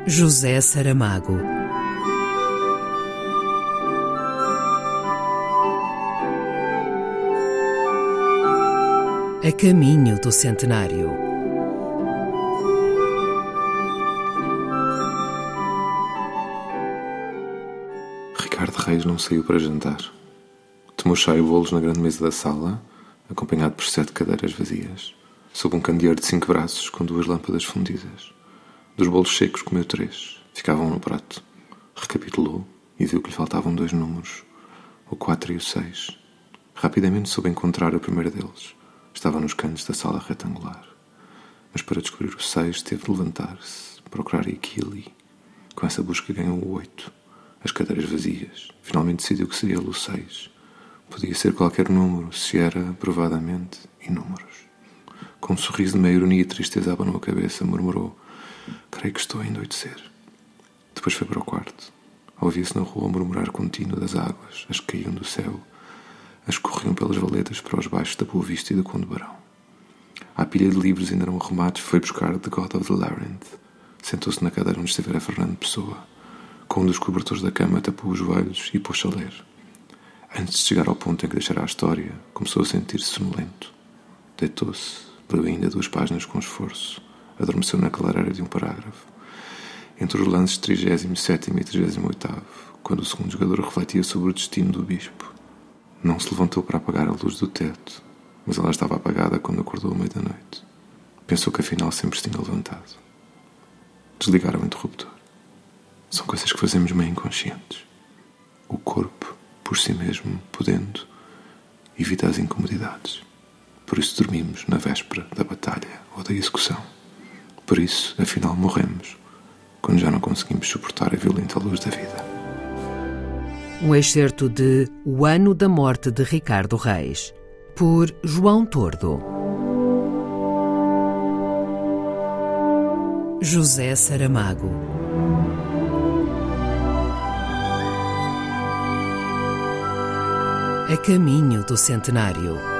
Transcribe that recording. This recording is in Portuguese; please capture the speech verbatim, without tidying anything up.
José Saramago. A caminho do centenário. Ricardo Reis não saiu para jantar. Tomou chá e bolos na grande mesa da sala, acompanhado por sete cadeiras vazias, sob um candeeiro de cinco braços com duas lâmpadas fundidas. Dos bolos secos comeu três, ficavam no prato. Recapitulou e viu que lhe faltavam dois números, o quatro e o seis. Rapidamente soube encontrar o primeiro deles. Estava nos cantos da sala retangular. Mas para descobrir o seis teve de levantar-se, procurar aqui e ali. Com essa busca ganhou o oito. As cadeiras vazias. Finalmente decidiu que seria o seis. Podia ser qualquer número, se era, provadamente, inúmeros. Com um sorriso de meia ironia e tristeza abanou a cabeça, murmurou: "Creio que estou a endoidecer." Depois foi para o quarto. Ouvia-se na rua o murmurar contínuo das águas, as que caíam do céu, as que corriam pelas valetas para os baixos da Boa Vista e do Conde Barão. À pilha de livros ainda não arrumados, foi buscar The God of the Labyrinth. Sentou-se na cadeira onde estivera Fernando Pessoa. Com um dos cobertores da cama, tapou os joelhos e pôs-se a ler. Antes de chegar ao ponto em que deixara a história, começou a sentir-se sonolento. Deitou-se, leu ainda duas páginas com esforço, adormeceu na clareira de um parágrafo. Entre os lances trigésimo sétimo e trigésimo oitavo, quando o segundo jogador refletia sobre o destino do bispo. Não se levantou para apagar a luz do teto, mas ela estava apagada quando acordou à meia da noite. Pensou que afinal sempre se tinha levantado. Desligar o interruptor. São coisas que fazemos meio inconscientes. O corpo, por si mesmo, podendo, evita as incomodidades. Por isso dormimos na véspera da batalha ou da execução. Por isso, afinal, morremos quando já não conseguimos suportar a violenta luz da vida. Um excerto de O Ano da Morte de Ricardo Reis, por João Tordo. José Saramago. A caminho do centenário.